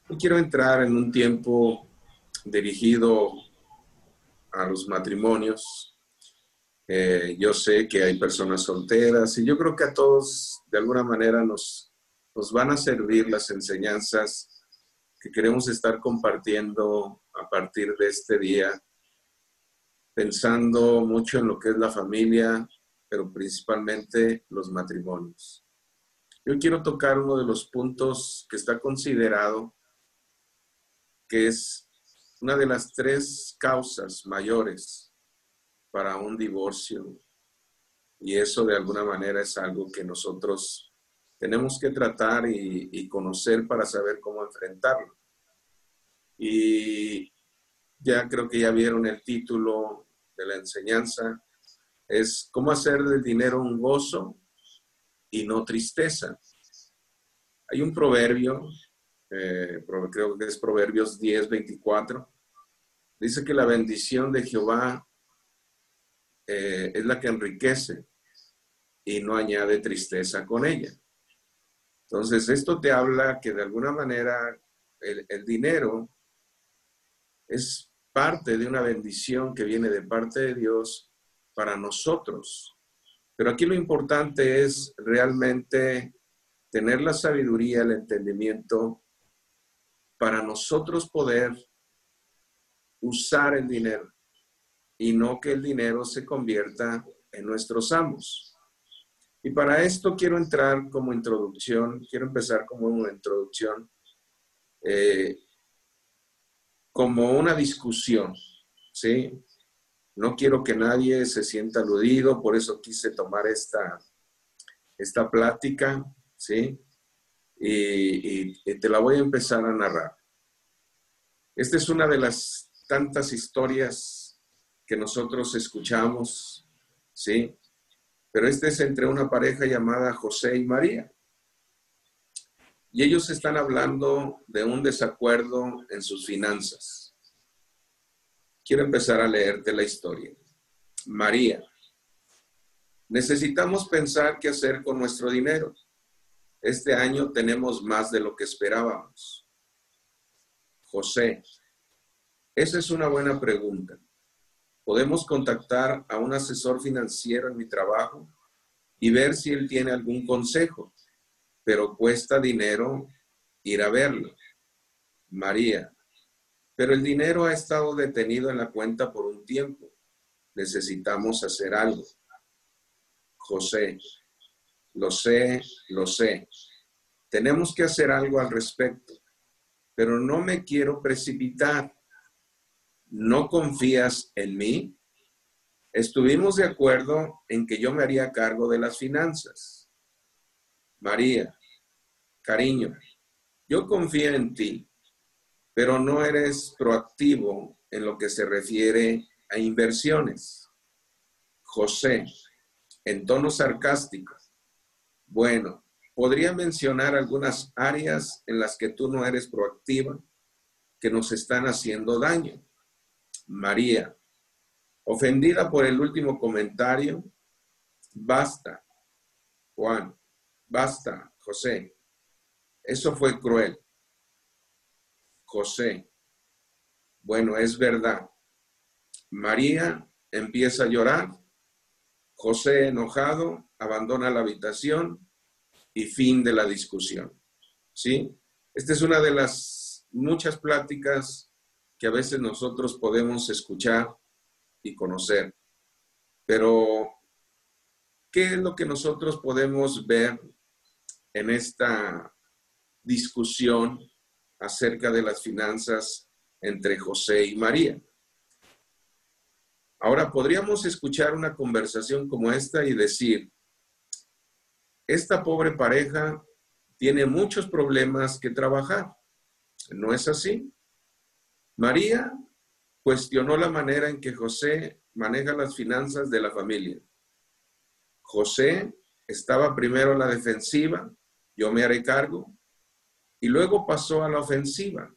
Hoy quiero entrar en un tiempo dirigido a los matrimonios. Yo sé que hay personas solteras y yo creo que a todos de alguna manera nos van a servir las enseñanzas que queremos estar compartiendo a partir de este día, pensando mucho en lo que es la familia, pero principalmente los matrimonios. Yo quiero tocar uno de los puntos que está considerado que es una de las tres causas mayores para un divorcio. Y eso de alguna manera es algo que nosotros tenemos que tratar y conocer para saber cómo enfrentarlo. Y ya creo que ya vieron el título de la enseñanza, es cómo hacer del dinero un gozo y no tristeza. Hay un proverbio, creo que es Proverbios 10:24, dice que la bendición de Jehová es la que enriquece y no añade tristeza con ella. Entonces, esto te habla que de alguna manera el dinero es parte de una bendición que viene de parte de Dios para nosotros. Pero aquí lo importante es realmente tener la sabiduría, el entendimiento para nosotros poder usar el dinero y no que el dinero se convierta en nuestros amos. Y para esto quiero entrar como introducción, quiero empezar como una introducción, como una discusión, ¿sí? No quiero que nadie se sienta aludido, por eso quise tomar esta plática, ¿sí? Y te la voy a empezar a narrar. Esta es una de las tantas historias que nosotros escuchamos, ¿sí? Pero este es entre una pareja llamada José y María. Y ellos están hablando de un desacuerdo en sus finanzas. Quiero empezar a leerte la historia. María, necesitamos pensar qué hacer con nuestro dinero. Este año tenemos más de lo que esperábamos. José, esa es una buena pregunta. Podemos contactar a un asesor financiero en mi trabajo y ver si él tiene algún consejo, pero cuesta dinero ir a verlo. María, pero el dinero ha estado detenido en la cuenta por un tiempo. Necesitamos hacer algo. José, lo sé, lo sé. Tenemos que hacer algo al respecto, pero no me quiero precipitar. ¿No confías en mí? Estuvimos de acuerdo en que yo me haría cargo de las finanzas. María, cariño, yo confío en ti, pero no eres proactivo en lo que se refiere a inversiones. José, en tono sarcástico, bueno, podría mencionar algunas áreas en las que tú no eres proactiva que nos están haciendo daño. María, ofendida por el último comentario, basta, Juan, basta, José. Eso fue cruel. José, bueno, es verdad. María empieza a llorar. José, enojado, abandona la habitación y fin de la discusión. ¿Sí? Esta es una de las muchas pláticas que a veces nosotros podemos escuchar y conocer. Pero, ¿qué es lo que nosotros podemos ver en esta discusión acerca de las finanzas entre José y María? Ahora, podríamos escuchar una conversación como esta y decir, esta pobre pareja tiene muchos problemas que trabajar. ¿No es así? María cuestionó la manera en que José maneja las finanzas de la familia. José estaba primero a la defensiva, yo me haré cargo, y luego pasó a la ofensiva.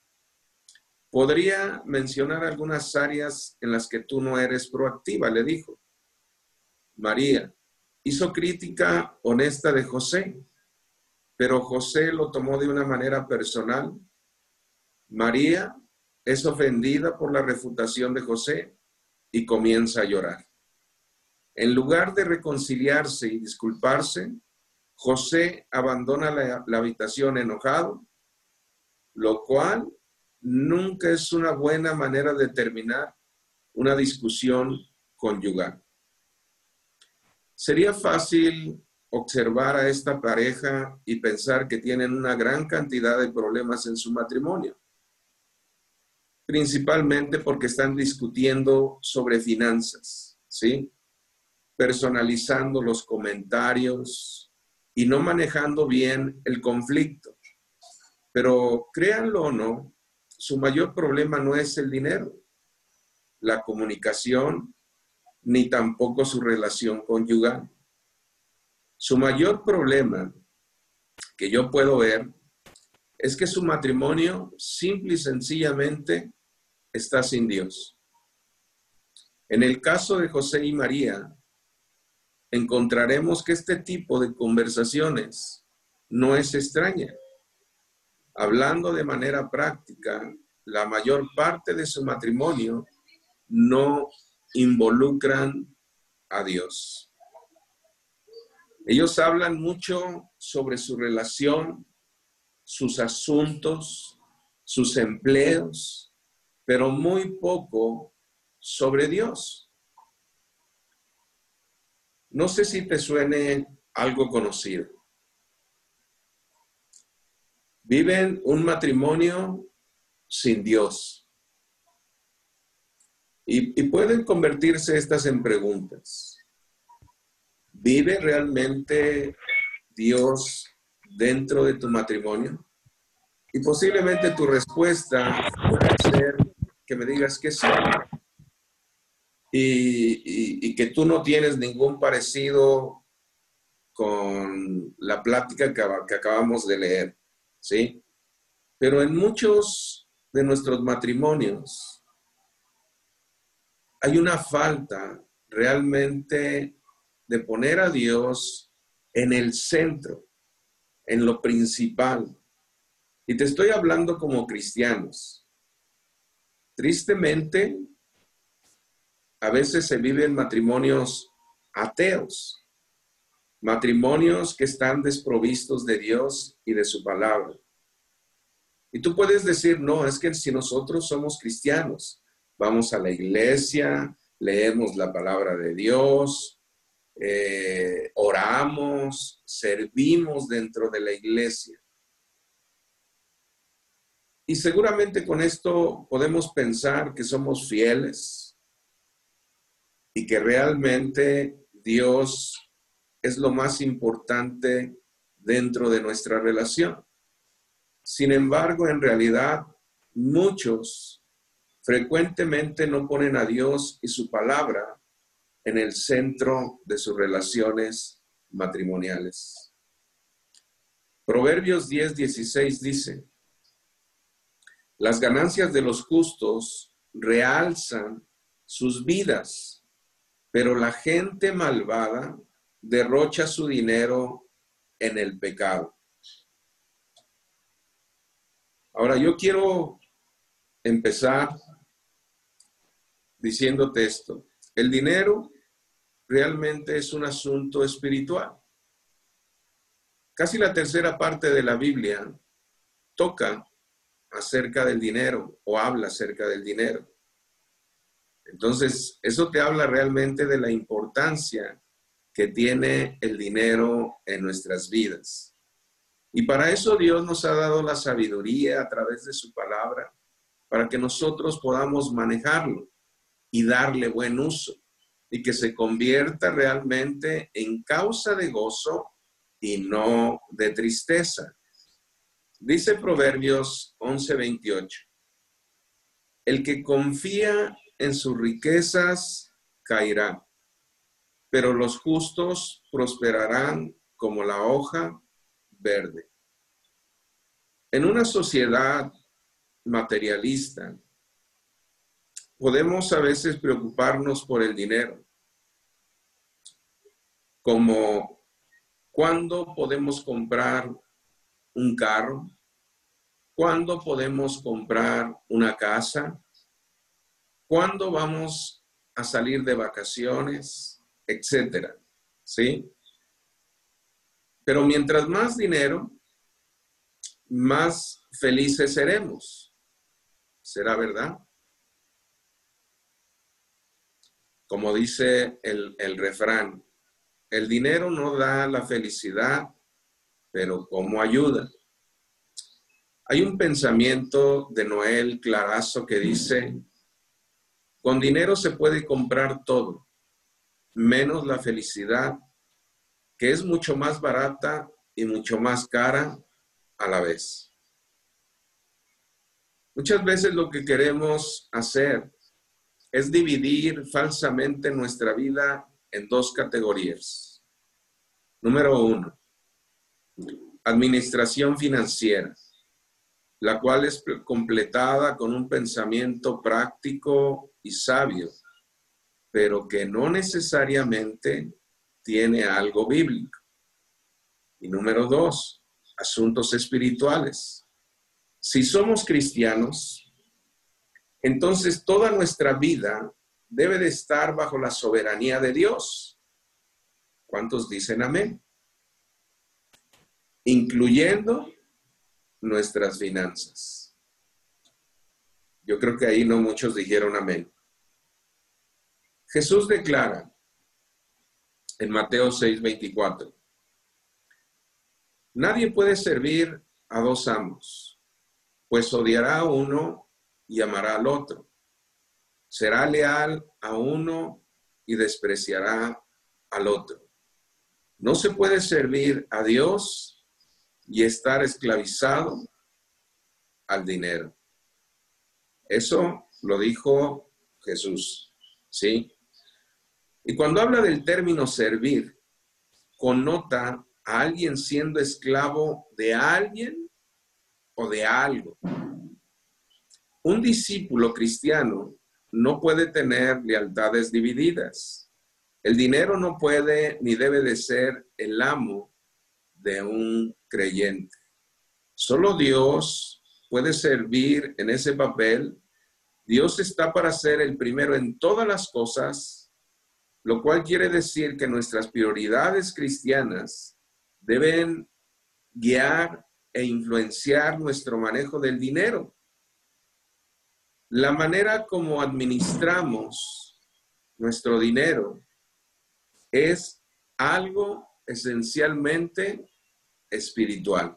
Podría mencionar algunas áreas en las que tú no eres proactiva, le dijo. María hizo crítica honesta de José, pero José lo tomó de una manera personal María es ofendida por la refutación de José y comienza a llorar. En lugar de reconciliarse y disculparse, José abandona la habitación enojado, lo cual nunca es una buena manera de terminar una discusión conyugal. Sería fácil observar a esta pareja y pensar que tienen una gran cantidad de problemas en su matrimonio, principalmente porque están discutiendo sobre finanzas, ¿sí? Personalizando los comentarios y no manejando bien el conflicto. Pero créanlo o no, su mayor problema no es el dinero, la comunicación, ni tampoco su relación conyugal. Su mayor problema que yo puedo ver es que su matrimonio simple y sencillamente está sin Dios. En el caso de José y María, encontraremos que este tipo de conversaciones no es extraña. Hablando de manera práctica, la mayor parte de su matrimonio no involucran a Dios. Ellos hablan mucho sobre su relación, sus asuntos, sus empleos, pero muy poco sobre Dios. No sé si te suene algo conocido. Viven un matrimonio sin Dios. Y pueden convertirse estas en preguntas. ¿Vive realmente Dios dentro de tu matrimonio? Y posiblemente tu respuesta puede ser que me digas que sí. Y que tú no tienes ningún parecido con la plática que acabamos de leer, ¿sí? Pero en muchos de nuestros matrimonios hay una falta realmente de poner a Dios en el centro, en lo principal. Y te estoy hablando como cristianos. Tristemente, a veces se viven matrimonios ateos, matrimonios que están desprovistos de Dios y de su palabra. Y tú puedes decir, no, es que si nosotros somos cristianos, vamos a la iglesia, leemos la palabra de Dios, oramos, servimos dentro de la iglesia. Y seguramente con esto podemos pensar que somos fieles y que realmente Dios es lo más importante dentro de nuestra relación. Sin embargo, en realidad, muchos frecuentemente no ponen a Dios y su palabra en el centro de sus relaciones matrimoniales. Proverbios 10:16 dice: las ganancias de los justos realzan sus vidas, pero la gente malvada derrocha su dinero en el pecado. Ahora, yo quiero empezar diciéndote esto. El dinero realmente es un asunto espiritual. Casi la tercera parte de la Biblia toca acerca del dinero o habla acerca del dinero. Entonces, eso te habla realmente de la importancia que tiene el dinero en nuestras vidas. Y para eso Dios nos ha dado la sabiduría a través de su palabra, para que nosotros podamos manejarlo y darle buen uso, y que se convierta realmente en causa de gozo y no de tristeza. Dice Proverbios 11:28, el que confía en sus riquezas caerá, pero los justos prosperarán como la hoja verde. En una sociedad materialista, podemos a veces preocuparnos por el dinero, como cuándo podemos comprar un carro, ¿Cuándo podemos comprar una casa? ¿Cuándo vamos a salir de vacaciones? Etcétera. ¿Sí? Pero mientras más dinero, más felices seremos. ¿Será verdad? Como dice el refrán, el dinero no da la felicidad, pero ¿cómo ayuda? Hay un pensamiento de Noel Clarazo que dice, con dinero se puede comprar todo, menos la felicidad, que es mucho más barata y mucho más cara a la vez. Muchas veces lo que queremos hacer es dividir falsamente nuestra vida en dos categorías. Número 1, administración financiera, la cual es completada con un pensamiento práctico y sabio, pero que no necesariamente tiene algo bíblico. Y número 2, asuntos espirituales. Si somos cristianos, entonces toda nuestra vida debe de estar bajo la soberanía de Dios. ¿Cuántos dicen amén? Incluyendo nuestras finanzas. Yo creo que ahí no muchos dijeron amén. Jesús declara en Mateo 6:24, nadie puede servir a dos amos, pues odiará a uno y amará al otro. Será leal a uno y despreciará al otro. No se puede servir a Dios y estar esclavizado al dinero. Eso lo dijo Jesús, ¿sí? Y cuando habla del término servir, connota a alguien siendo esclavo de alguien o de algo. Un discípulo cristiano no puede tener lealtades divididas. El dinero no puede ni debe de ser el amo de un creyente. Solo Dios puede servir en ese papel. Dios está para ser el primero en todas las cosas, lo cual quiere decir que nuestras prioridades cristianas deben guiar e influenciar nuestro manejo del dinero. La manera como administramos nuestro dinero es algo esencialmente espiritual.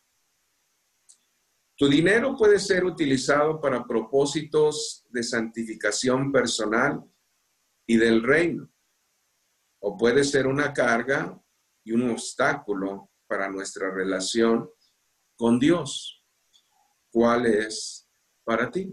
Tu dinero puede ser utilizado para propósitos de santificación personal y del reino, o puede ser una carga y un obstáculo para nuestra relación con Dios. ¿Cuál es para ti?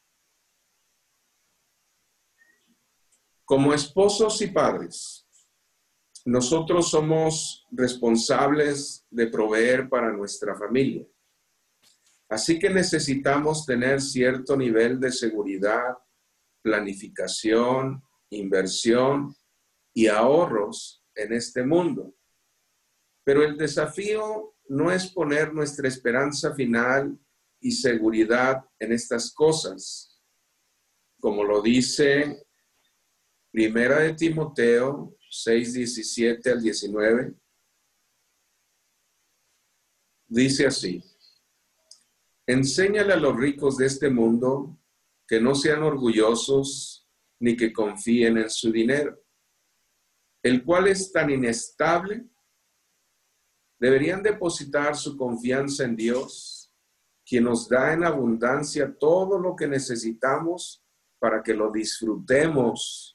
Como esposos y padres, nosotros somos responsables de proveer para nuestra familia. Así que necesitamos tener cierto nivel de seguridad, planificación, inversión y ahorros en este mundo. Pero el desafío no es poner nuestra esperanza final y seguridad en estas cosas. Como lo dice Primera de Timoteo 6:17 al 19, dice así: enséñale a los ricos de este mundo que no sean orgullosos ni que confíen en su dinero, el cual es tan inestable. Deberían depositar su confianza en Dios, quien nos da en abundancia todo lo que necesitamos para que lo disfrutemos.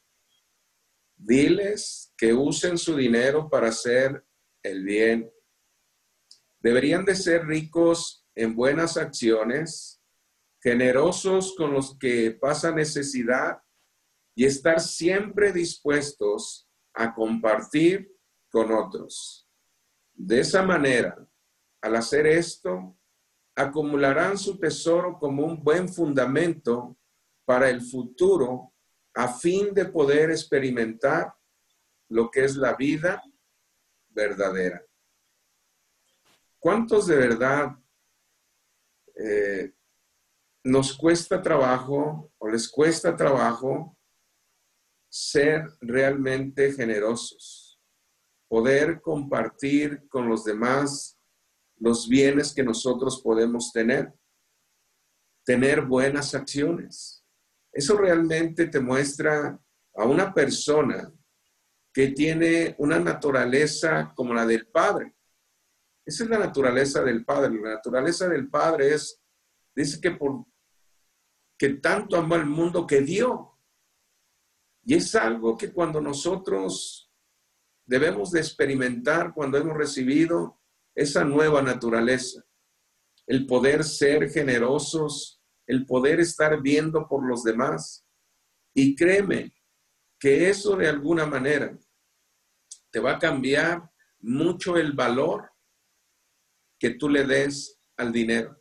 Diles que usen su dinero para hacer el bien. Deberían de ser ricos en buenas acciones, generosos con los que pasan necesidad y estar siempre dispuestos a compartir con otros. De esa manera, al hacer esto, acumularán su tesoro como un buen fundamento para el futuro a fin de poder experimentar lo que es la vida verdadera. ¿Cuántos de verdad nos cuesta trabajo o les cuesta trabajo ser realmente generosos, poder compartir con los demás los bienes que nosotros podemos tener buenas acciones. Eso realmente te muestra a una persona que tiene una naturaleza como la del Padre. Esa es la naturaleza del Padre. La naturaleza del Padre dice que tanto amó al mundo que dio. Y es algo que cuando nosotros debemos de experimentar cuando hemos recibido esa nueva naturaleza. El poder ser generosos, el poder estar viendo por los demás. Y créeme que eso de alguna manera te va a cambiar mucho el valor que tú le des al dinero.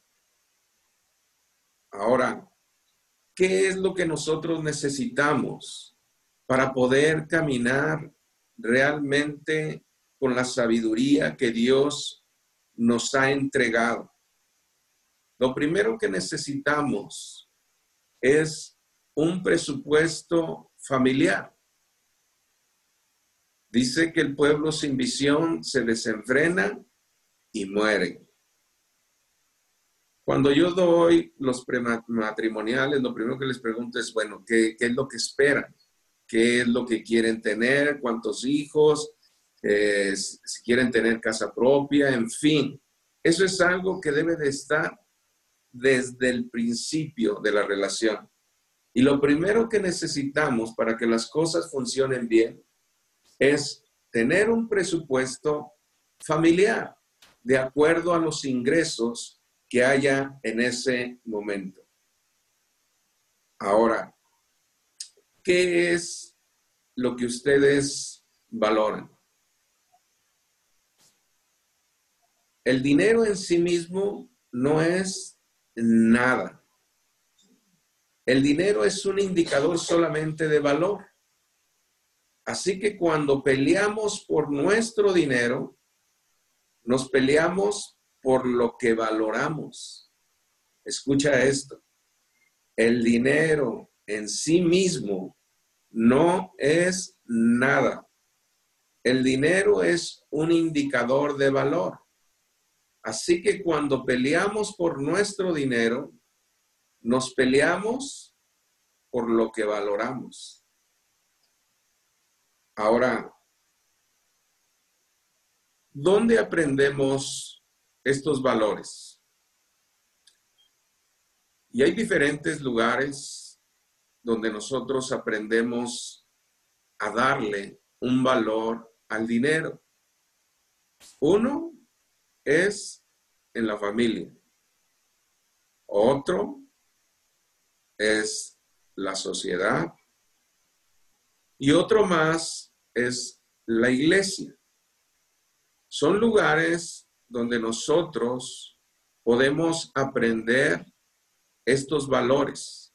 Ahora, ¿qué es lo que nosotros necesitamos para poder caminar realmente con la sabiduría que Dios nos ha entregado? Lo primero que necesitamos es un presupuesto familiar. Dice que el pueblo sin visión se desenfrena y muere. Cuando yo doy los prematrimoniales, lo primero que les pregunto es, bueno, ¿qué es lo que esperan? ¿Qué es lo que quieren tener? ¿Cuántos hijos? Si quieren tener casa propia, en fin. Eso es algo que debe de estar desde el principio de la relación. Y lo primero que necesitamos para que las cosas funcionen bien es tener un presupuesto familiar de acuerdo a los ingresos que haya en ese momento. Ahora, ¿qué es lo que ustedes valoran? El dinero en sí mismo no es nada. El dinero es un indicador solamente de valor. Así que cuando peleamos por nuestro dinero, nos peleamos por lo que valoramos. Escucha esto. El dinero en sí mismo no es nada. El dinero es un indicador de valor. Así que cuando peleamos por nuestro dinero, nos peleamos por lo que valoramos. Ahora, ¿dónde aprendemos estos valores? Y hay diferentes lugares donde nosotros aprendemos a darle un valor al dinero. Uno es en la familia. Otro es la sociedad. Y otro más es la iglesia. Son lugares donde nosotros podemos aprender estos valores.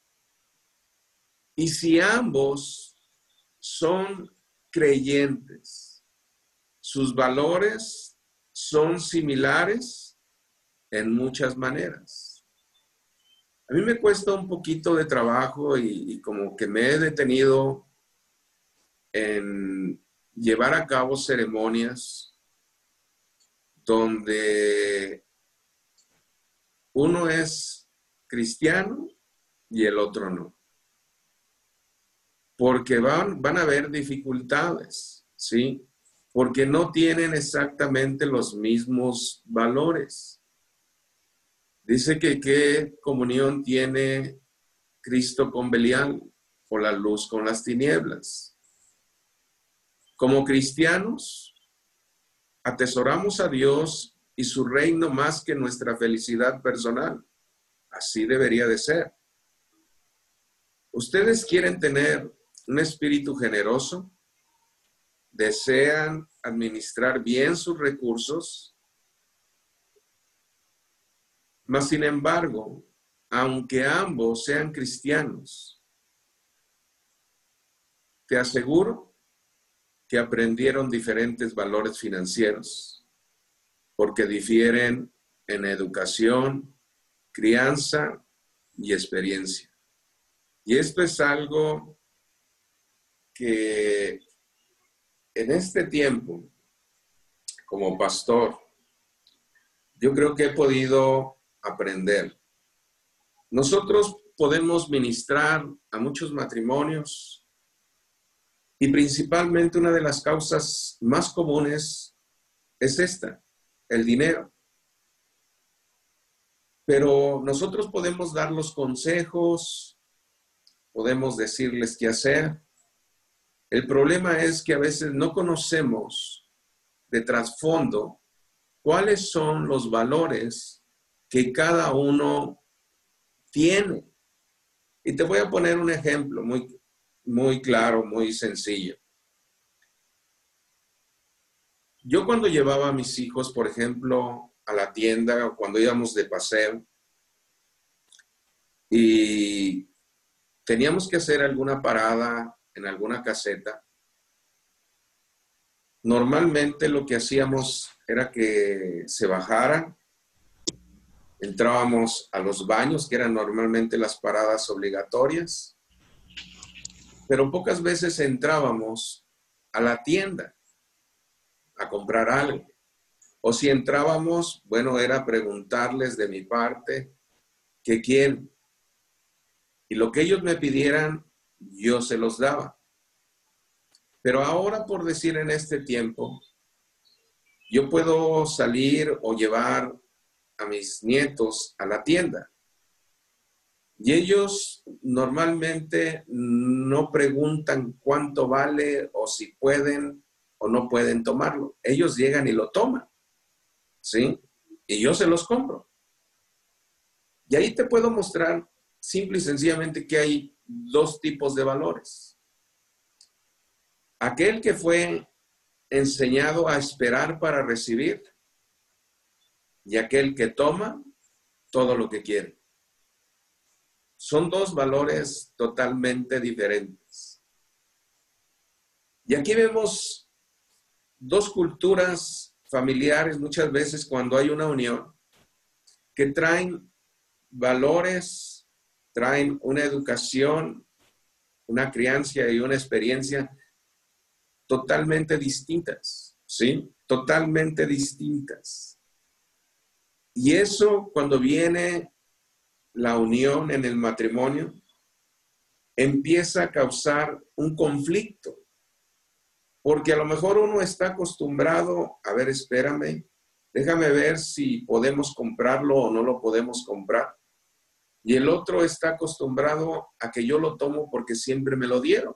Y si ambos son creyentes, sus valores son similares en muchas maneras. A mí me cuesta un poquito de trabajo y como que me he detenido en llevar a cabo ceremonias donde uno es cristiano y el otro no. Porque van a haber dificultades, ¿sí? Porque no tienen exactamente los mismos valores. Dice que qué comunión tiene Cristo con Belial o la luz con las tinieblas. Como cristianos, atesoramos a Dios y su reino más que nuestra felicidad personal. Así debería de ser. ¿Ustedes quieren tener un espíritu generoso? ¿Desean administrar bien sus recursos? Mas, sin embargo, aunque ambos sean cristianos, te aseguro que aprendieron diferentes valores financieros, porque difieren en educación, crianza y experiencia. Y esto es algo que en este tiempo, como pastor, yo creo que he podido aprender. Nosotros podemos ministrar a muchos matrimonios y principalmente una de las causas más comunes es esta, el dinero. Pero nosotros podemos dar los consejos, podemos decirles qué hacer. El problema es que a veces no conocemos de trasfondo cuáles son los valores que cada uno tiene. Y te voy a poner un ejemplo muy claro, muy sencillo. Yo cuando llevaba a mis hijos, por ejemplo, a la tienda o cuando íbamos de paseo y teníamos que hacer alguna parada en alguna caseta, normalmente lo que hacíamos era que se bajaran, entrábamos a los baños, que eran normalmente las paradas obligatorias, pero pocas veces entrábamos a la tienda a comprar algo. O si entrábamos, bueno, era preguntarles de mi parte qué quieren. Y lo que ellos me pidieran, yo se los daba. Pero ahora, por decir en este tiempo, yo puedo salir o llevar a mis nietos a la tienda. Y ellos normalmente no preguntan cuánto vale o si pueden o no pueden tomarlo. Ellos llegan y lo toman, ¿sí? Y yo se los compro. Y ahí te puedo mostrar simple y sencillamente que hay dos tipos de valores. Aquel que fue enseñado a esperar para recibir y aquel que toma todo lo que quiere. Son dos valores totalmente diferentes. Y aquí vemos dos culturas familiares muchas veces cuando hay una unión que traen valores, traen una educación, una crianza y una experiencia totalmente distintas, ¿sí? Totalmente distintas. Y eso cuando viene la unión en el matrimonio, empieza a causar un conflicto. Porque a lo mejor uno está acostumbrado, a ver, espérame, déjame ver si podemos comprarlo o no lo podemos comprar. Y el otro está acostumbrado a que yo lo tomo porque siempre me lo dieron.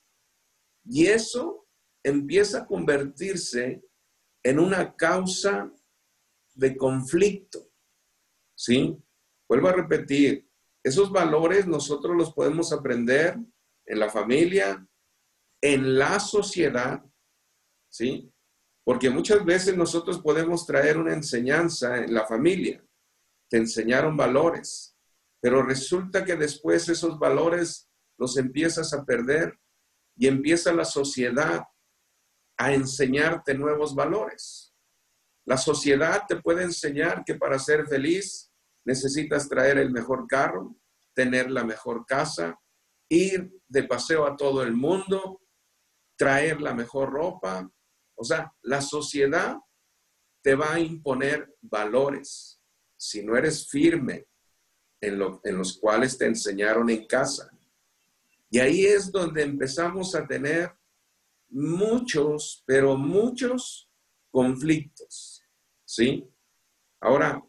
Y eso empieza a convertirse en una causa de conflicto, ¿sí? Vuelvo a repetir, esos valores nosotros los podemos aprender en la familia, en la sociedad, ¿sí? Porque muchas veces nosotros podemos traer una enseñanza en la familia, te enseñaron valores, pero resulta que después esos valores los empiezas a perder y empieza la sociedad a enseñarte nuevos valores. La sociedad te puede enseñar que para ser feliz necesitas traer el mejor carro, tener la mejor casa, ir de paseo a todo el mundo, traer la mejor ropa. O sea, la sociedad te va a imponer valores si no eres firme en los cuales te enseñaron en casa. Y ahí es donde empezamos a tener muchos, pero muchos conflictos, ¿sí? Ahora,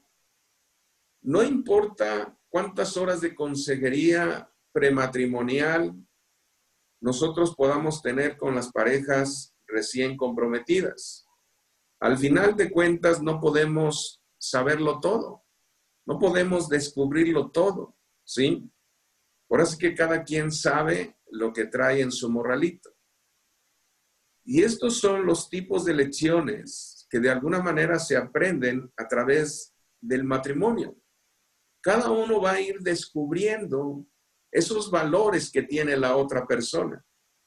no importa cuántas horas de consejería prematrimonial nosotros podamos tener con las parejas recién comprometidas. Al final de cuentas no podemos saberlo todo, no podemos descubrirlo todo, ¿sí? Por eso es que cada quien sabe lo que trae en su morralito. Y estos son los tipos de lecciones que de alguna manera se aprenden a través del matrimonio. Cada uno va a ir descubriendo esos valores que tiene la otra persona.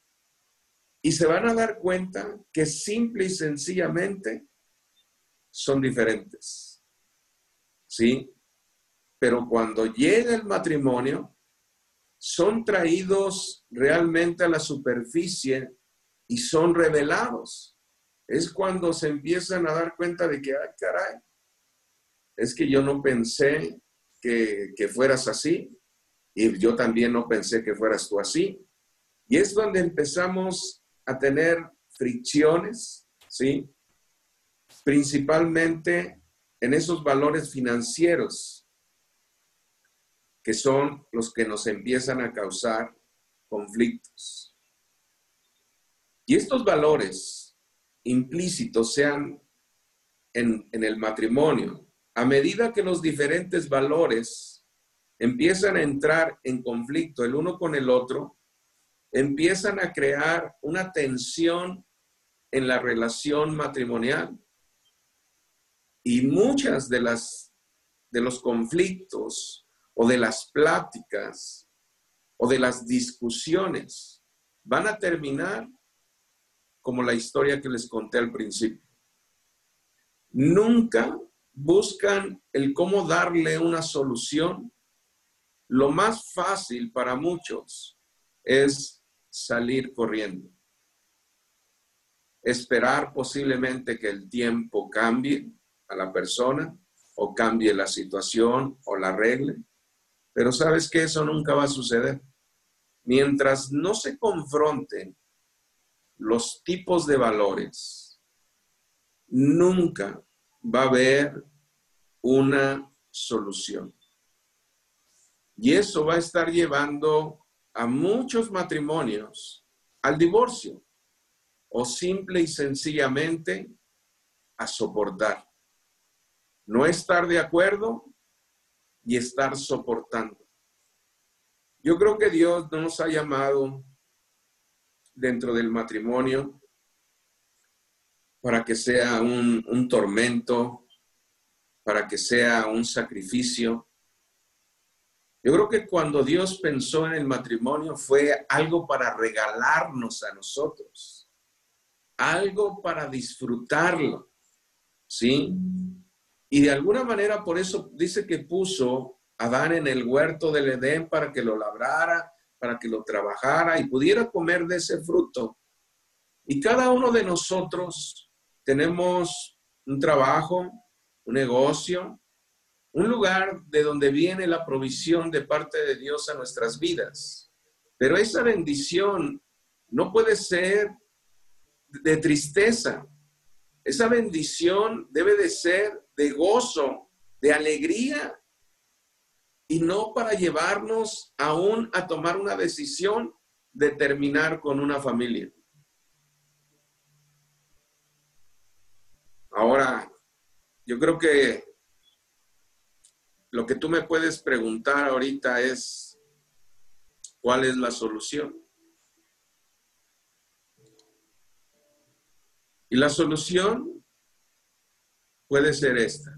Y se van a dar cuenta que simple y sencillamente son diferentes. ¿Sí? pero cuando llega el matrimonio, son traídos realmente a la superficie y son revelados. Es cuando se empiezan a dar cuenta de que, ay, caray, es que yo no pensé que fueras así, y yo también no pensé que fueras tú así. Y es donde empezamos a tener fricciones, ¿sí? Principalmente en esos valores financieros, que son los que nos empiezan a causar conflictos. Y estos valores implícitos sean en el matrimonio, a medida que los diferentes valores empiezan a entrar en conflicto el uno con el otro, empiezan a crear una tensión en la relación matrimonial. Y muchas de los conflictos o de las pláticas o de las discusiones van a terminar como la historia que les conté al principio. Nunca buscan el cómo darle una solución. Lo más fácil para muchos es salir corriendo. Esperar posiblemente que el tiempo cambie a la persona o cambie la situación o la arregle. Pero ¿sabes qué? Eso nunca va a suceder. Mientras no se confronten los tipos de valores, nunca va a haber una solución. Y eso va a estar llevando a muchos matrimonios al divorcio o simple y sencillamente a soportar. No estar de acuerdo y estar soportando. Yo creo que Dios no nos ha llamado dentro del matrimonio para que sea un tormento, para que sea un sacrificio. Yo creo que cuando Dios pensó en el matrimonio fue algo para regalarnos a nosotros, algo para disfrutarlo, ¿sí? Y de alguna manera por eso dice que puso a Adán en el huerto del Edén para que lo labrara, para que lo trabajara y pudiera comer de ese fruto. Y cada uno de nosotros tenemos un trabajo, un negocio, un lugar de donde viene la provisión de parte de Dios a nuestras vidas. Pero esa bendición no puede ser de tristeza. Esa bendición debe de ser de gozo, de alegría, y no para llevarnos aún a tomar una decisión de terminar con una familia. Ahora, yo creo que lo que tú me puedes preguntar ahorita es, ¿cuál es la solución? Y la solución puede ser esta.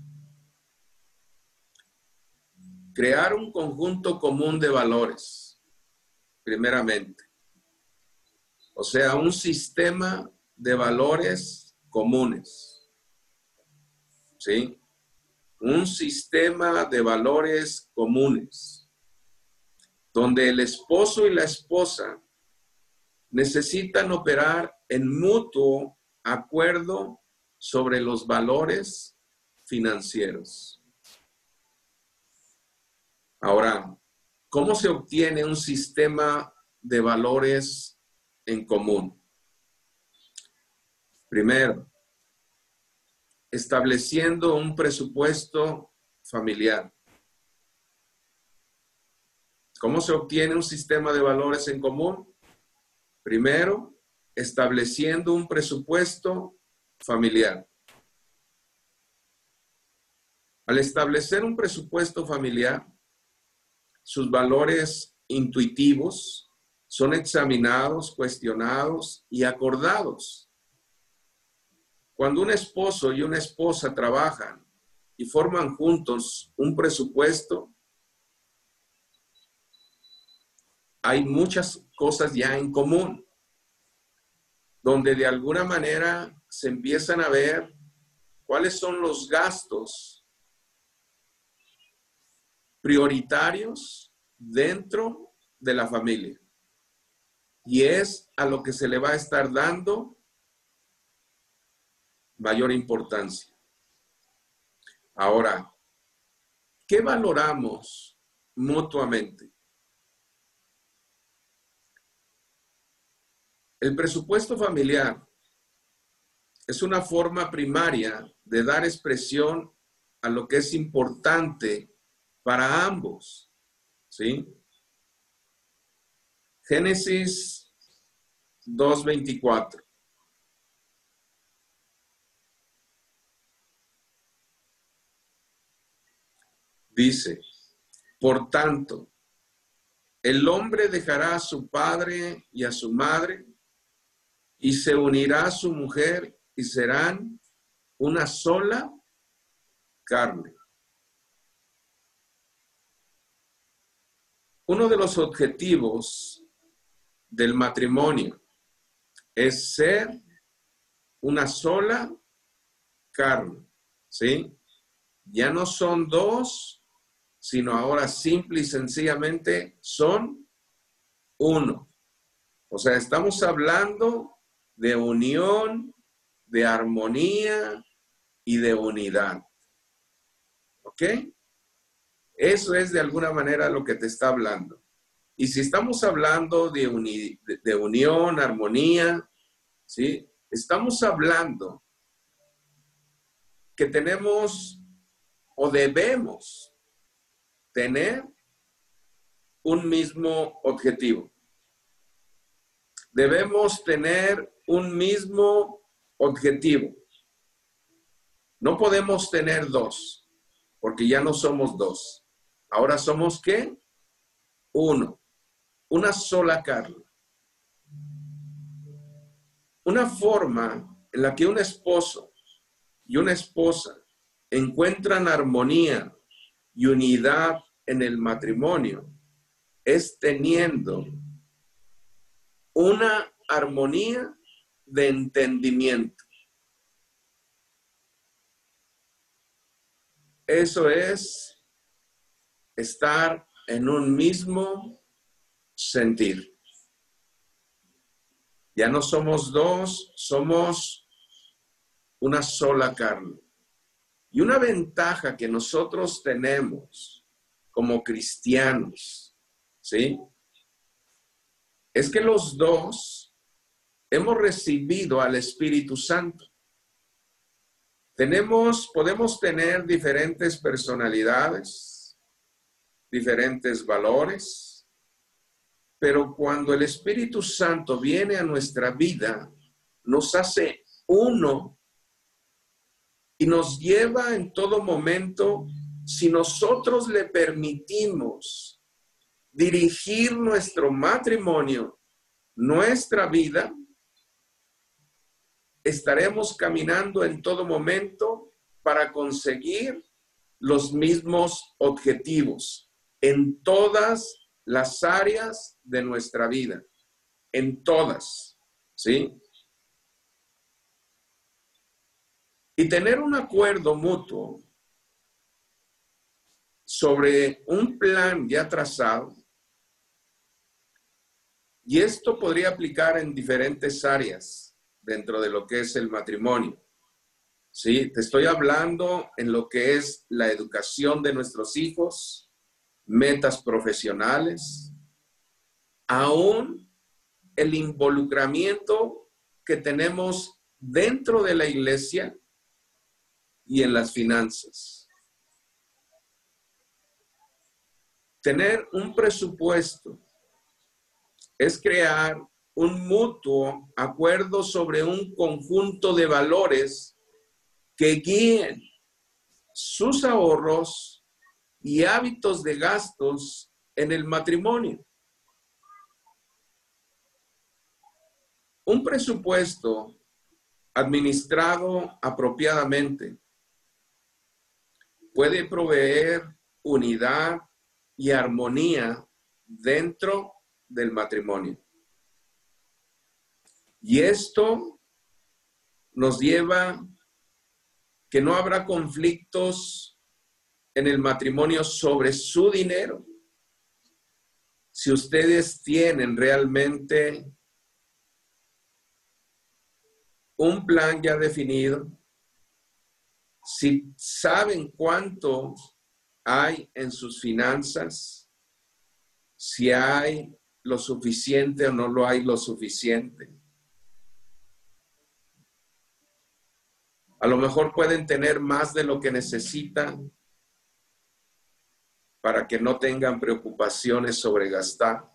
Crear un conjunto común de valores, primeramente. O sea, un sistema de valores comunes. ¿Sí? Un sistema de valores comunes, donde el esposo y la esposa necesitan operar en mutuo acuerdo sobre los valores financieros. Ahora, ¿cómo se obtiene un sistema de valores en común? Primero, estableciendo un presupuesto familiar. ¿Cómo se obtiene un sistema de valores en común? Primero, estableciendo un presupuesto familiar. Al establecer un presupuesto familiar, sus valores intuitivos son examinados, cuestionados y acordados. Cuando un esposo y una esposa trabajan y forman juntos un presupuesto, hay muchas cosas ya en común, donde de alguna manera se empiezan a ver cuáles son los gastos prioritarios dentro de la familia. Y es a lo que se le va a estar dando mayor importancia. Ahora, ¿qué valoramos mutuamente? El presupuesto familiar es una forma primaria de dar expresión a lo que es importante para ambos, ¿sí? Génesis 2:24. Dice, por tanto, el hombre dejará a su padre y a su madre y se unirá a su mujer y serán una sola carne. Uno de los objetivos del matrimonio es ser una sola carne, ¿sí? Ya no son dos, sino ahora simple y sencillamente son uno. O sea, estamos hablando de unión, de armonía y de unidad. ¿Ok? Eso es de alguna manera lo que te está hablando. Y si estamos hablando de unión, armonía, ¿sí? Estamos hablando que tenemos o debemos tener un mismo objetivo. Debemos tener un mismo objetivo. No podemos tener dos, porque ya no somos dos. Ahora somos ¿qué? Uno. Una sola carne. Una forma en la que un esposo y una esposa encuentran armonía y unidad en el matrimonio es teniendo una armonía de entendimiento. Eso es estar en un mismo sentir. Ya no somos dos, somos una sola carne. Y una ventaja que nosotros tenemos como cristianos, ¿sí? Es que los dos hemos recibido al Espíritu Santo. Podemos tener diferentes personalidades, diferentes valores, pero cuando el Espíritu Santo viene a nuestra vida, nos hace uno y nos lleva en todo momento, si nosotros le permitimos dirigir nuestro matrimonio, nuestra vida, estaremos caminando en todo momento para conseguir los mismos objetivos en todas las áreas de nuestra vida, en todas, ¿sí? Y tener un acuerdo mutuo sobre un plan ya trazado, y esto podría aplicar en diferentes áreas dentro de lo que es el matrimonio. Sí, te estoy hablando en lo que es la educación de nuestros hijos, metas profesionales, aún el involucramiento que tenemos dentro de la iglesia y en las finanzas. Tener un presupuesto es crear un mutuo acuerdo sobre un conjunto de valores que guíen sus ahorros y hábitos de gastos en el matrimonio. Un presupuesto administrado apropiadamente puede proveer unidad y armonía dentro del matrimonio. Y esto nos lleva que no habrá conflictos en el matrimonio sobre su dinero. Si ustedes tienen realmente un plan ya definido, si saben cuánto hay en sus finanzas, si hay lo suficiente o no lo hay lo suficiente. A lo mejor pueden tener más de lo que necesitan para que no tengan preocupaciones sobre gastar.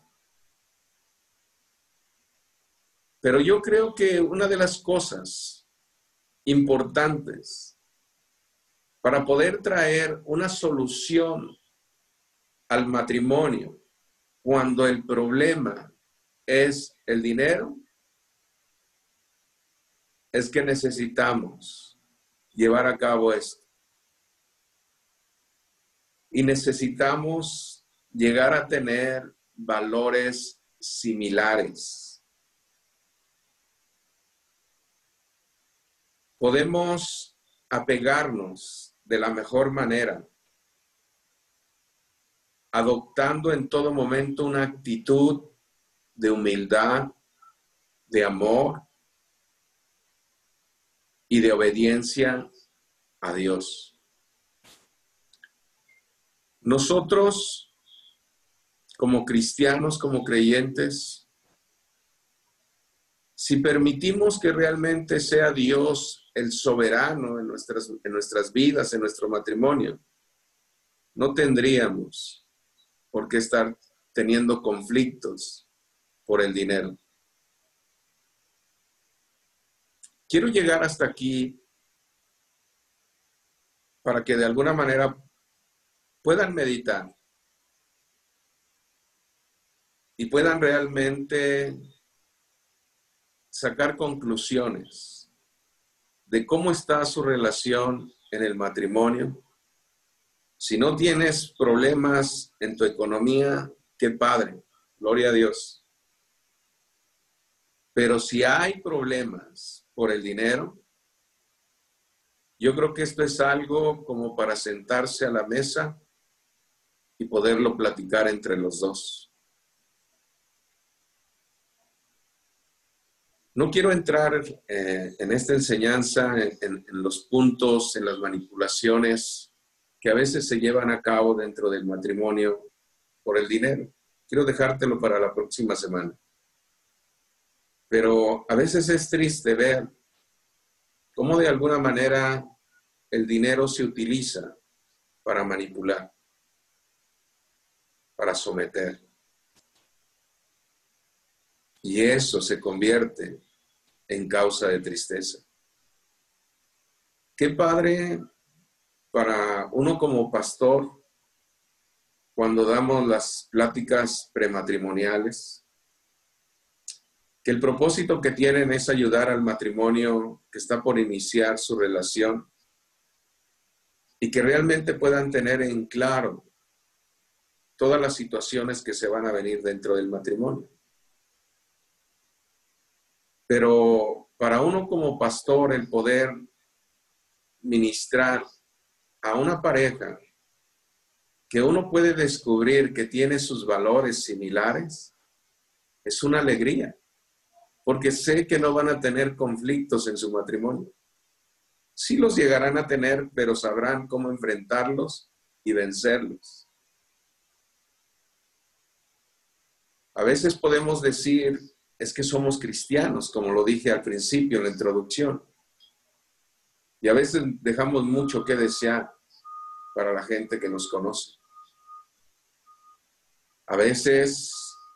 Pero yo creo que una de las cosas importantes para poder traer una solución al matrimonio cuando el problema es el dinero, es que necesitamos llevar a cabo esto. Y necesitamos llegar a tener valores similares. Podemos apegarnos de la mejor manera, adoptando en todo momento una actitud de humildad, de amor y de obediencia a Dios. Nosotros, como cristianos, como creyentes, si permitimos que realmente sea Dios el soberano en nuestras vidas, en nuestro matrimonio, no tendríamos por qué estar teniendo conflictos por el dinero. Quiero llegar hasta aquí para que de alguna manera puedan meditar y puedan realmente sacar conclusiones de cómo está su relación en el matrimonio. Si no tienes problemas en tu economía, qué padre, gloria a Dios. Pero si hay problemas por el dinero, yo creo que esto es algo como para sentarse a la mesa y poderlo platicar entre los dos. No quiero entrar en esta enseñanza, en los puntos, en las manipulaciones que a veces se llevan a cabo dentro del matrimonio por el dinero. Quiero dejártelo para la próxima semana. Pero a veces es triste ver cómo de alguna manera el dinero se utiliza para manipular, para someter. Y eso se convierte en causa de tristeza. Qué padre para uno como pastor, cuando damos las pláticas prematrimoniales, que el propósito que tienen es ayudar al matrimonio que está por iniciar su relación y que realmente puedan tener en claro todas las situaciones que se van a venir dentro del matrimonio. Pero para uno como pastor, el poder ministrar a una pareja que uno puede descubrir que tiene sus valores similares, es una alegría, porque sé que no van a tener conflictos en su matrimonio. Sí los llegarán a tener, pero sabrán cómo enfrentarlos y vencerlos. A veces podemos decir, es que somos cristianos, como lo dije al principio en la introducción. Y a veces dejamos mucho que desear para la gente que nos conoce. A veces,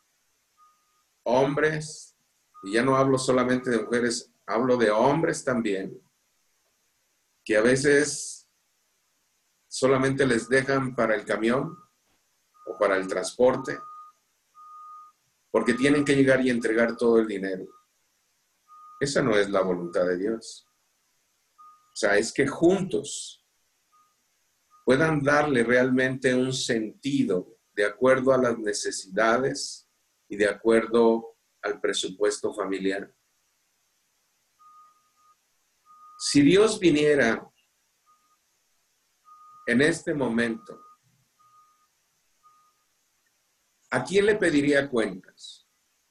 hombres, y ya no hablo solamente de mujeres, hablo de hombres también, que a veces solamente les dejan para el camión o para el transporte, porque tienen que llegar y entregar todo el dinero. Esa no es la voluntad de Dios. O sea, es que juntos puedan darle realmente un sentido de acuerdo a las necesidades y de acuerdo al presupuesto familiar. Si Dios viniera en este momento, ¿a quién le pediría cuentas?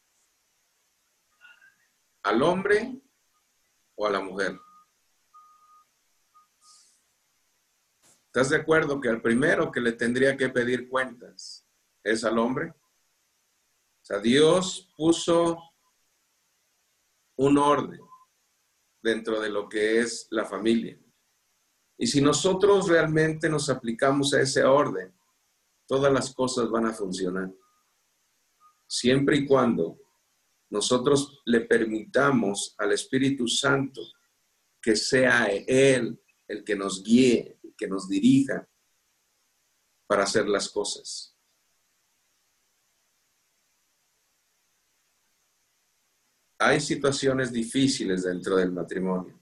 ¿Al hombre o a la mujer? ¿Estás de acuerdo que al primero que le tendría que pedir cuentas es al hombre? O sea, Dios puso un orden dentro de lo que es la familia. Y si nosotros realmente nos aplicamos a ese orden, todas las cosas van a funcionar. Siempre y cuando nosotros le permitamos al Espíritu Santo que sea Él el que nos guíe, el que nos dirija para hacer las cosas. Hay situaciones difíciles dentro del matrimonio.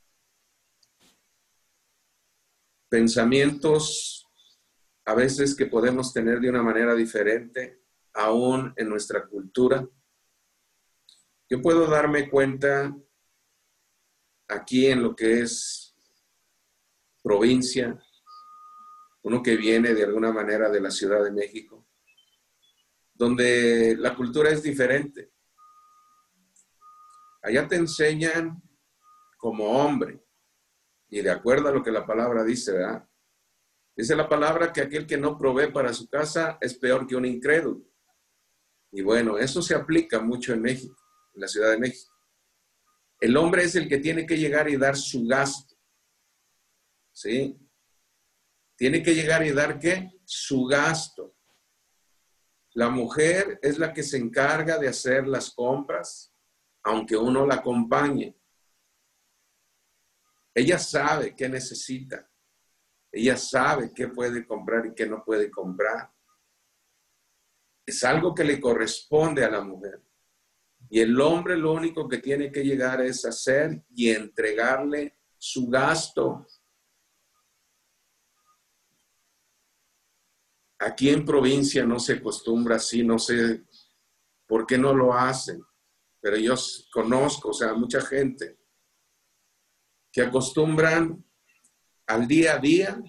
Pensamientos a veces que podemos tener de una manera diferente, aún en nuestra cultura. Yo puedo darme cuenta aquí en lo que es provincia, uno que viene de alguna manera de la Ciudad de México, donde la cultura es diferente. Allá te enseñan como hombre, y de acuerdo a lo que la palabra dice, ¿verdad? Dice la palabra que aquel que no provee para su casa es peor que un incrédulo. Y bueno, eso se aplica mucho en México, en la Ciudad de México. El hombre es el que tiene que llegar y dar su gasto, ¿sí? Tiene que llegar y dar, ¿qué? Su gasto. La mujer es la que se encarga de hacer las compras, aunque uno la acompañe. Ella sabe qué necesita. Ella sabe qué puede comprar y qué no puede comprar. Es algo que le corresponde a la mujer. Y el hombre lo único que tiene que llegar es hacer y entregarle su gasto. Aquí en provincia no se acostumbra así, no sé por qué no lo hacen, pero yo conozco, o sea, mucha gente que acostumbran al día a día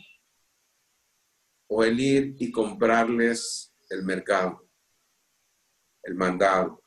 o el ir y comprarles el mercado, el mandado.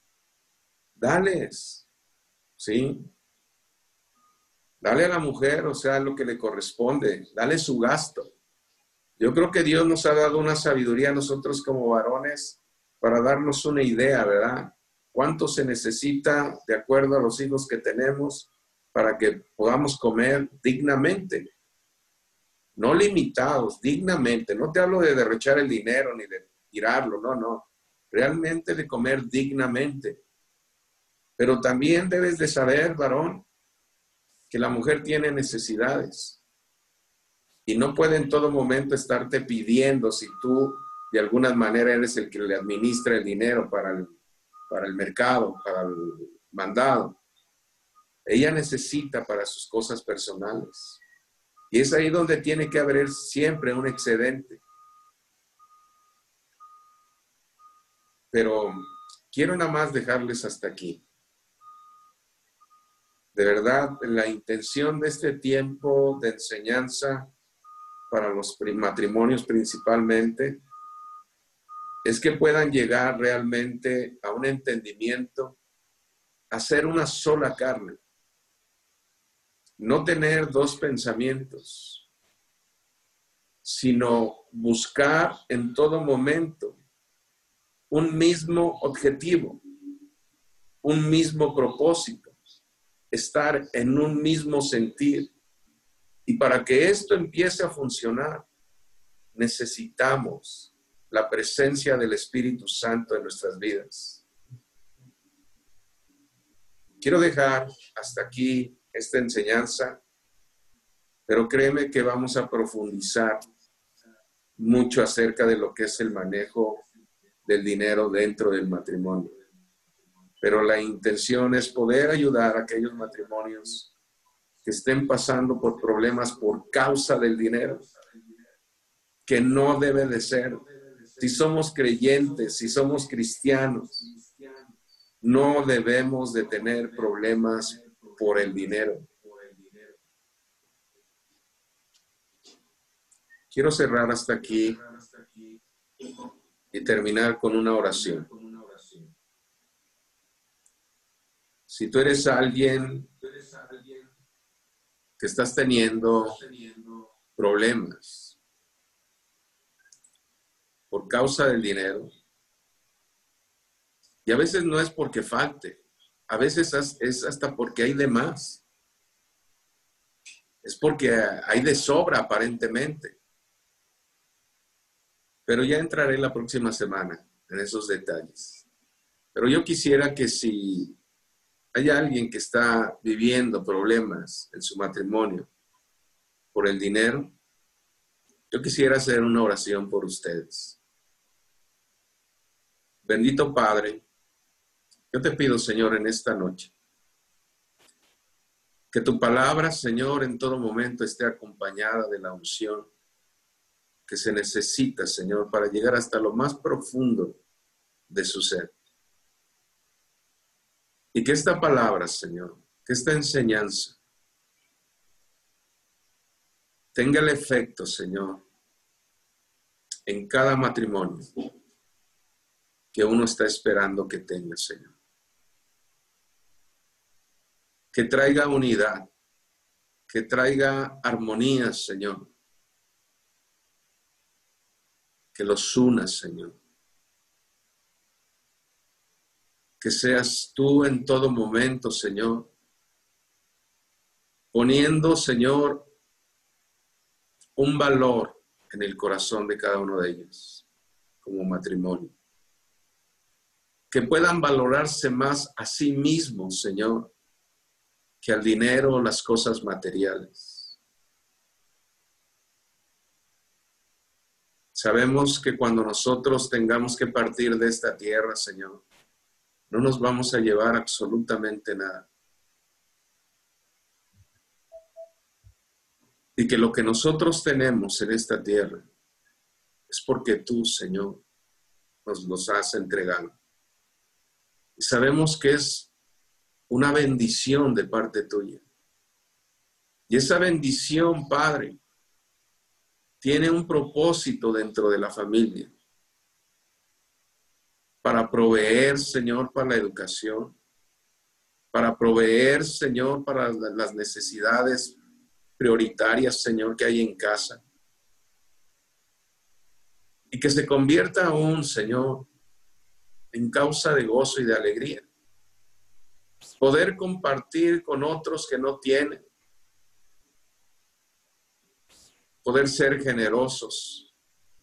Dales, ¿sí? Dale a la mujer, o sea, lo que le corresponde, dale su gasto. Yo creo que Dios nos ha dado una sabiduría a nosotros como varones para darnos una idea, ¿verdad? ¿Cuánto se necesita de acuerdo a los hijos que tenemos para que podamos comer dignamente? No limitados, dignamente. No te hablo de derrochar el dinero ni de tirarlo, no, no. Realmente de comer dignamente. Pero también debes de saber, varón, que la mujer tiene necesidades. Y no puede en todo momento estarte pidiendo si tú de alguna manera eres el que le administra el dinero para el mercado, para el mandado. Ella necesita para sus cosas personales. Y es ahí donde tiene que haber siempre un excedente. Pero quiero nada más dejarles hasta aquí. De verdad, la intención de este tiempo de enseñanza para los matrimonios principalmente, es que puedan llegar realmente a un entendimiento, a ser una sola carne, no tener dos pensamientos, sino buscar en todo momento un mismo objetivo, un mismo propósito, estar en un mismo sentir. Y para que esto empiece a funcionar, necesitamos la presencia del Espíritu Santo en nuestras vidas. Quiero dejar hasta aquí esta enseñanza, pero créeme que vamos a profundizar mucho acerca de lo que es el manejo del dinero dentro del matrimonio. Pero la intención es poder ayudar a aquellos matrimonios que estén pasando por problemas por causa del dinero, que no debe de ser. Si somos creyentes, si somos cristianos, no debemos de tener problemas por el dinero. Quiero cerrar hasta aquí y terminar con una oración. Si tú eres alguien que estás teniendo problemas por causa del dinero, y a veces no es porque falte, a veces es hasta porque hay de más, es porque hay de sobra aparentemente, pero ya entraré la próxima semana en esos detalles. Pero yo quisiera que si hay alguien que está viviendo problemas en su matrimonio por el dinero, yo quisiera hacer una oración por ustedes. Bendito Padre, yo te pido, Señor, en esta noche, que tu palabra, Señor, en todo momento esté acompañada de la unción que se necesita, Señor, para llegar hasta lo más profundo de su ser. Y que esta palabra, Señor, que esta enseñanza tenga el efecto, Señor, en cada matrimonio que uno está esperando que tenga, Señor. Que traiga unidad, que traiga armonía, Señor. Que los una, Señor. Que seas tú en todo momento, Señor, poniendo, Señor, un valor en el corazón de cada uno de ellos como matrimonio. Que puedan valorarse más a sí mismos, Señor, que al dinero o las cosas materiales. Sabemos que cuando nosotros tengamos que partir de esta tierra, Señor, no nos vamos a llevar absolutamente nada. Y que lo que nosotros tenemos en esta tierra es porque tú, Señor, nos los has entregado. Y sabemos que es una bendición de parte tuya. Y esa bendición, Padre, tiene un propósito dentro de la familia. Para proveer, Señor, para la educación. Para proveer, Señor, para las necesidades prioritarias, Señor, que hay en casa. Y que se convierta aún, Señor, en causa de gozo y de alegría. Poder compartir con otros que no tienen. Poder ser generosos.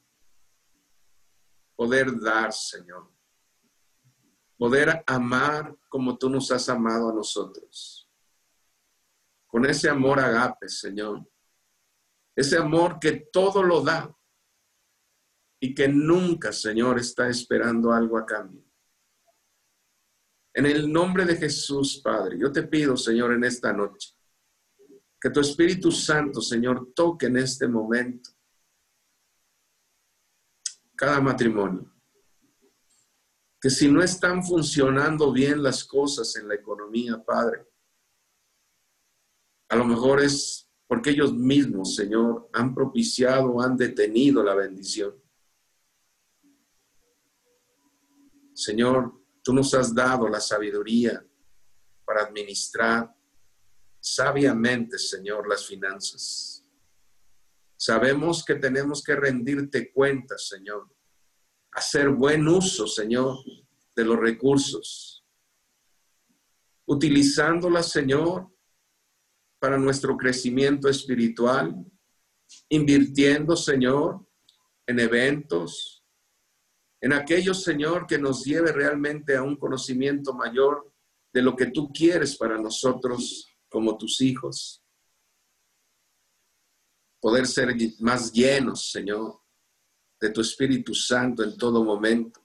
Poder dar, Señor. Poder amar como tú nos has amado a nosotros. Con ese amor agape, Señor. Ese amor que todo lo da. Y que nunca, Señor, está esperando algo a cambio. En el nombre de Jesús, Padre, yo te pido, Señor, en esta noche, que tu Espíritu Santo, Señor, toque en este momento cada matrimonio. Que si no están funcionando bien las cosas en la economía, Padre, a lo mejor es porque ellos mismos, Señor, han propiciado, han detenido la bendición. Señor, tú nos has dado la sabiduría para administrar sabiamente, Señor, las finanzas. Sabemos que tenemos que rendirte cuentas, Señor. Hacer buen uso, Señor, de los recursos. Utilizándolas, Señor, para nuestro crecimiento espiritual. Invirtiendo, Señor, en eventos. En aquello, Señor, que nos lleve realmente a un conocimiento mayor de lo que tú quieres para nosotros como tus hijos. Poder ser más llenos, Señor, de tu Espíritu Santo en todo momento.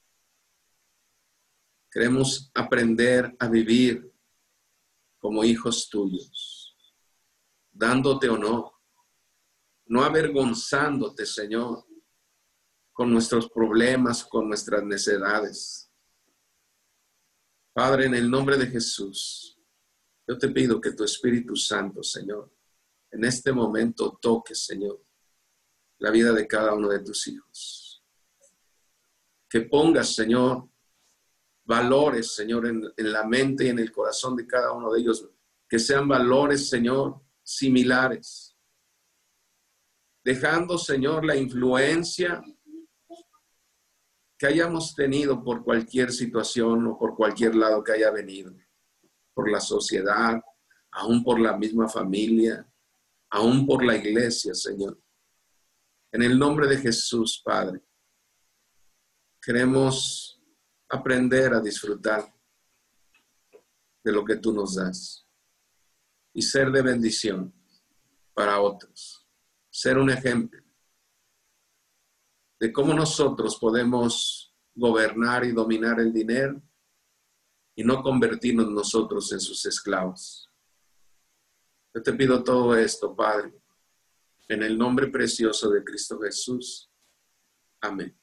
Queremos aprender a vivir como hijos tuyos, dándote honor, no avergonzándote, Señor, con nuestros problemas, con nuestras necesidades. Padre, en el nombre de Jesús, yo te pido que tu Espíritu Santo, Señor, en este momento toque, Señor, la vida de cada uno de tus hijos. Que pongas, Señor, valores, Señor, en la mente y en el corazón de cada uno de ellos. Que sean valores, Señor, similares. Dejando, Señor, la influencia que hayamos tenido por cualquier situación o por cualquier lado que haya venido. Por la sociedad, aún por la misma familia, aún por la iglesia, Señor. En el nombre de Jesús, Padre, queremos aprender a disfrutar de lo que tú nos das y ser de bendición para otros. Ser un ejemplo de cómo nosotros podemos gobernar y dominar el dinero y no convertirnos nosotros en sus esclavos. Yo te pido todo esto, Padre, en el nombre precioso de Cristo Jesús. Amén.